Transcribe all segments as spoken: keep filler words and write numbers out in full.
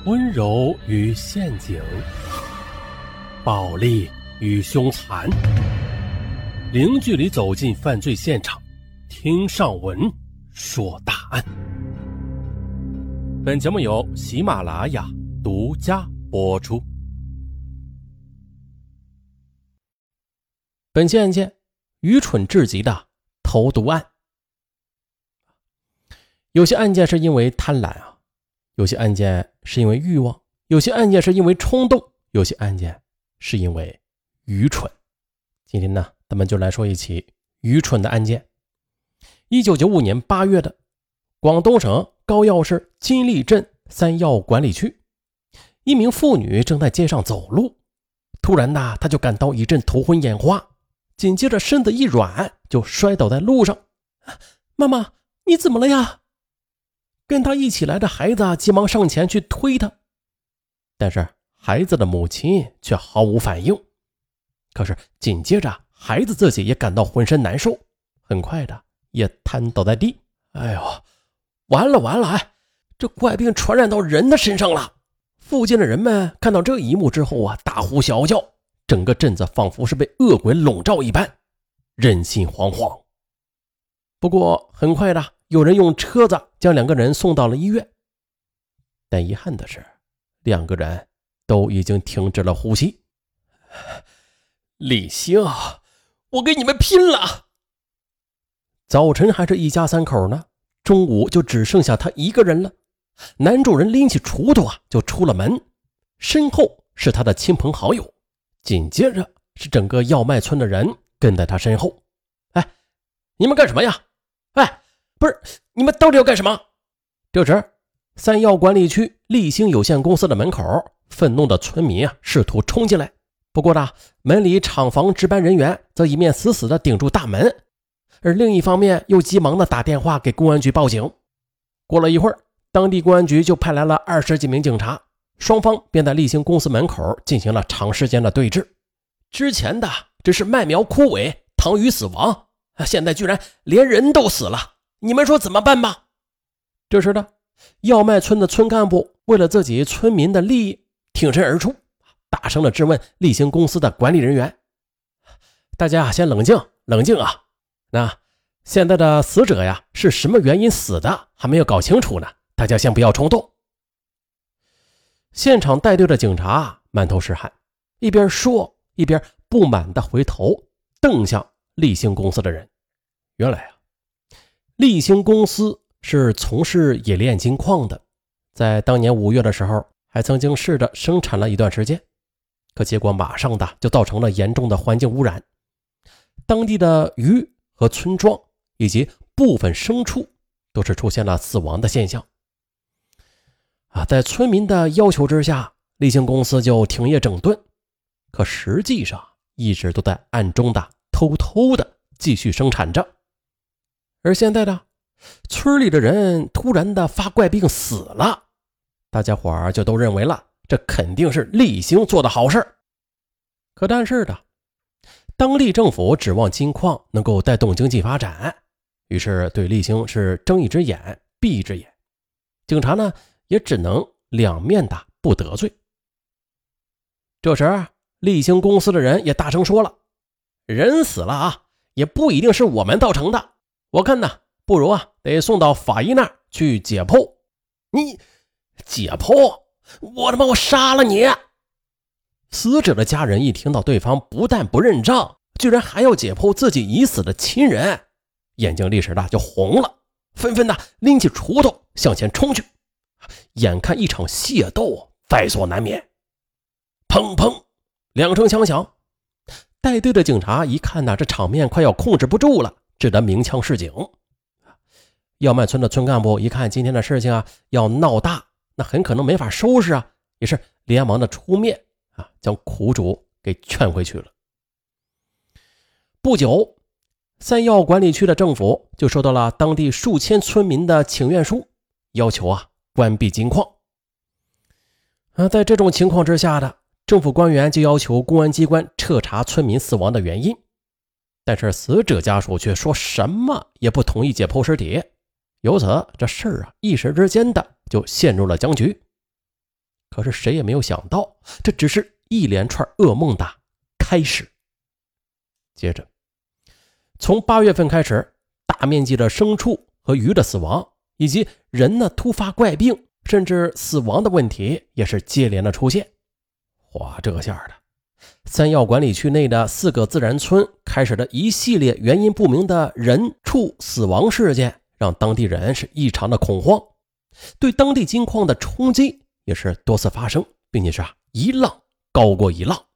温柔与陷阱，暴力与凶残，零距离走进犯罪现场，听上文说大案。本节目由喜马拉雅独家播出。本期案件，愚蠢至极的投毒案。有些案件是因为贪婪啊，有些案件是因为欲望，有些案件是因为冲动，有些案件是因为愚蠢。今天呢，咱们就来说一起愚蠢的案件。一九九五年八月的，广东省高要市金利镇三要管理区，一名妇女正在街上走路，突然呢，她就感到一阵头昏眼花，紧接着身子一软，就摔倒在路上。妈妈，你怎么了呀？跟他一起来的孩子急忙上前去推他，但是孩子的母亲却毫无反应。可是紧接着孩子自己也感到浑身难受，很快的也瘫倒在地。哎呦，完了完了，哎，这怪病传染到人的身上了。附近的人们看到这一幕之后啊，大呼小叫，整个镇子仿佛是被恶鬼笼罩一般，人心惶惶。不过很快的，有人用车子将两个人送到了医院，但遗憾的是，两个人都已经停止了呼吸。李星，我跟你们拼了！早晨还是一家三口呢，中午就只剩下他一个人了。男主人拎起锄头啊，就出了门，身后是他的亲朋好友，紧接着是整个药麦村的人跟在他身后。哎，你们干什么呀？哎，不是，你们到底要干什么？这时，三药管理区立兴有限公司的门口，愤怒的村民啊试图冲进来。不过呢，门里厂房值班人员则一面死死地顶住大门，而另一方面又急忙地打电话给公安局报警。过了一会儿，当地公安局就派来了二十几名警察，双方便在立兴公司门口进行了长时间的对峙。之前的只是麦苗枯萎，糖鱼死亡，现在居然连人都死了，你们说怎么办吧？这时的药麦村的村干部为了自己村民的利益挺身而出，大声地质问立兴公司的管理人员：大家先冷静冷静啊，那现在的死者呀是什么原因死的还没有搞清楚呢，大家先不要冲动。现场带队的警察满头是汗，一边说一边不满地回头瞪向立兴公司的人。原来啊，立兴公司是从事冶炼金矿的，在当年五月的时候还曾经试着生产了一段时间，可结果马上的就造成了严重的环境污染，当地的鱼和村庄以及部分牲畜都是出现了死亡的现象啊！在村民的要求之下，立兴公司就停业整顿，可实际上一直都在暗中的偷偷的继续生产着。而现在呢，村里的人突然的发怪病死了，大家伙儿就都认为了这肯定是立兴做的好事。可但是的，当地政府指望金矿能够带动经济发展，于是对立兴是睁一只眼闭一只眼，警察呢也只能两面的不得罪。这时立兴公司的人也大声说了，人死了啊，也不一定是我们造成的，我看呢不如啊得送到法医那儿去解剖。你解剖？我他妈我杀了你！死者的家人一听到对方不但不认账，居然还要解剖自己已死的亲人，眼睛立时的就红了，纷纷的拎起锄头向前冲去。眼看一场械斗在所难免，砰砰两声枪响，带队的警察一看呐，这场面快要控制不住了，只得鸣枪示警。药麦村的村干部一看今天的事情啊要闹大，那很可能没法收拾啊，也是连忙的出面啊，将苦主给劝回去了。不久，三药管理区的政府就收到了当地数千村民的请愿书，要求啊关闭金矿。啊，在这种情况之下的，政府官员就要求公安机关彻查村民死亡的原因，但是死者家属却说什么也不同意解剖尸体，由此这事儿啊一时之间的就陷入了僵局。 可是谁也没有想到，这只是一连串噩梦的开始。接着，从八月份开始，大面积的牲畜和鱼的死亡，以及人呢突发怪病甚至死亡的问题也是接连的出现。哇，这个下的三要管理区内的四个自然村开始的一系列原因不明的人畜死亡事件，让当地人是异常的恐慌，对当地金矿的冲击也是多次发生，并且是啊一浪高过一浪。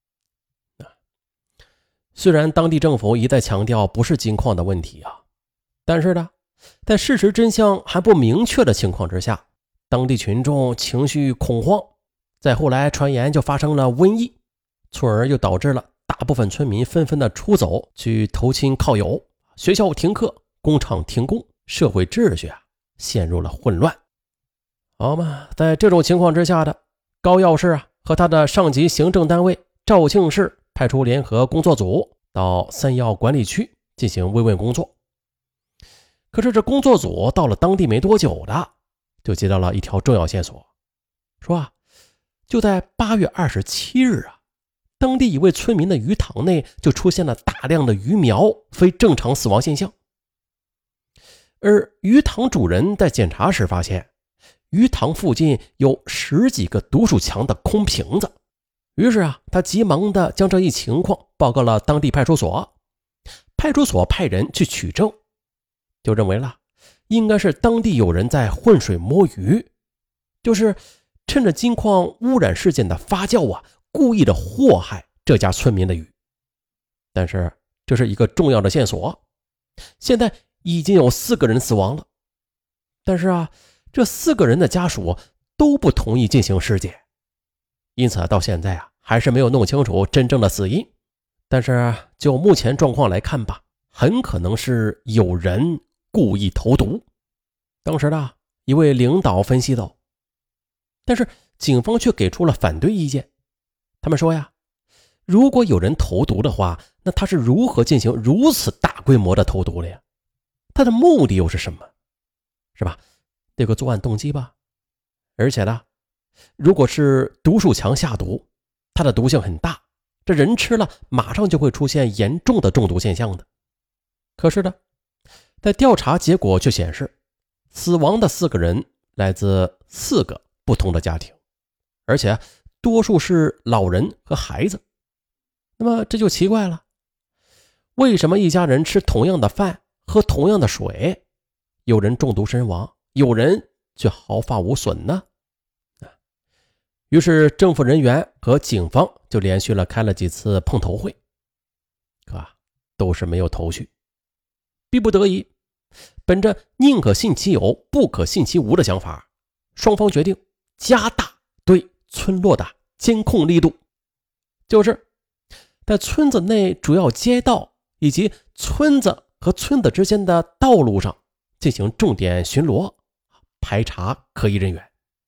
虽然当地政府一再强调不是金矿的问题啊，但是呢，在事实真相还不明确的情况之下，当地群众情绪恐慌，再后来传言就发生了瘟疫，从而又导致了大部分村民纷纷的出走去投亲靠友，学校停课，工厂停工，社会秩序啊陷入了混乱。好嘛，在这种情况之下的高要市啊和他的上级行政单位肇庆市派出联合工作组到三要管理区进行慰问工作。可是这工作组到了当地没多久的，就接到了一条重要线索，说啊，就在八月二十七日啊，当地一位村民的鱼塘内就出现了大量的鱼苗非正常死亡现象。而鱼塘主人在检查时发现，鱼塘附近有十几个毒鼠强的空瓶子。于是啊，他急忙的将这一情况报告了当地派出所。派出所派人去取证，就认为了应该是当地有人在浑水摸鱼，就是趁着金矿污染事件的发酵啊，故意的祸害这家村民的鱼。但是这是一个重要的线索，现在已经有四个人死亡了，但是啊，这四个人的家属都不同意进行尸检，因此到现在啊还是没有弄清楚真正的死因。但是就目前状况来看吧，很可能是有人故意投毒。当时的一位领导分析道，但是警方却给出了反对意见。他们说呀，如果有人投毒的话，那他是如何进行如此大规模的投毒了呀？他的目的又是什么？是吧？得有个作案动机吧。而且呢，如果是毒鼠强下毒，它的毒性很大，这人吃了马上就会出现严重的中毒现象的。可是呢，在调查结果却显示，死亡的四个人来自四个不同的家庭，而且多数是老人和孩子。那么这就奇怪了，为什么一家人吃同样的饭，喝同样的水，有人中毒身亡，有人却毫发无损呢？于是政府人员和警方就连续了开了几次碰头会，可啊都是没有头绪。逼不得已，本着宁可信其有不可信其无的想法，双方决定加大对村落的监控力度，就是在村子内主要街道以及村子和村子之间的道路上进行重点巡逻，排查可疑人员。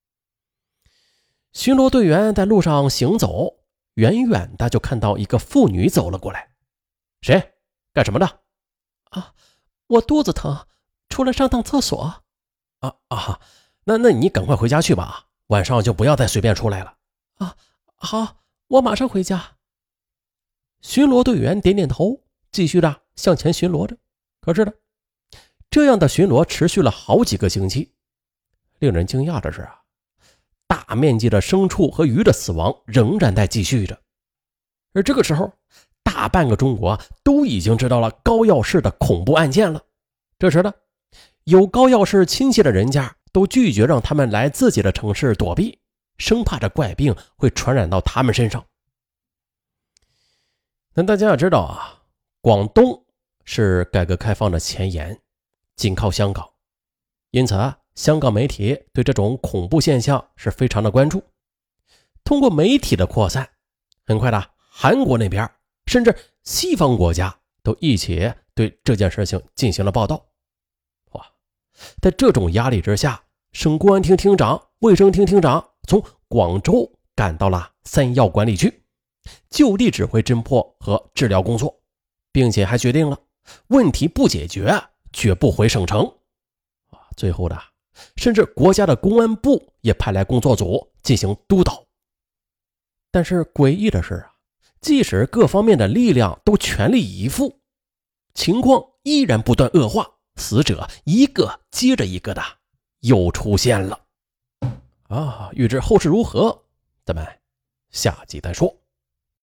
巡逻队员在路上行走，远远的就看到一个妇女走了过来。谁？干什么的？啊，我肚子疼，出来上趟厕所。啊啊，那那你赶快回家去吧，晚上就不要再随便出来了。啊，好，我马上回家。巡逻队员点点头，继续的向前巡逻着。可是呢，这样的巡逻持续了好几个星期。令人惊讶的是啊，大面积的牲畜和鱼的死亡仍然在继续着。而这个时候，大半个中国都已经知道了高要市的恐怖案件了。这时呢，有高要市亲戚的人家都拒绝让他们来自己的城市躲避，生怕这怪病会传染到他们身上。那大家要知道啊，广东是改革开放的前沿，紧靠香港，因此啊，香港媒体对这种恐怖现象是非常的关注。通过媒体的扩散，很快的韩国那边甚至西方国家都一起对这件事情进行了报道。哇，在这种压力之下，省公安厅厅长、卫生厅厅长从广州赶到了三要管理区，就地指挥侦破和治疗工作，并且还决定了问题不解决绝不回省城。最后的甚至国家的公安部也派来工作组进行督导。 但是诡异的是啊，即使各方面的力量都全力以赴，情况依然不断恶化，死者一个接着一个的又出现了。啊，欲知后事如何，咱们下集再说。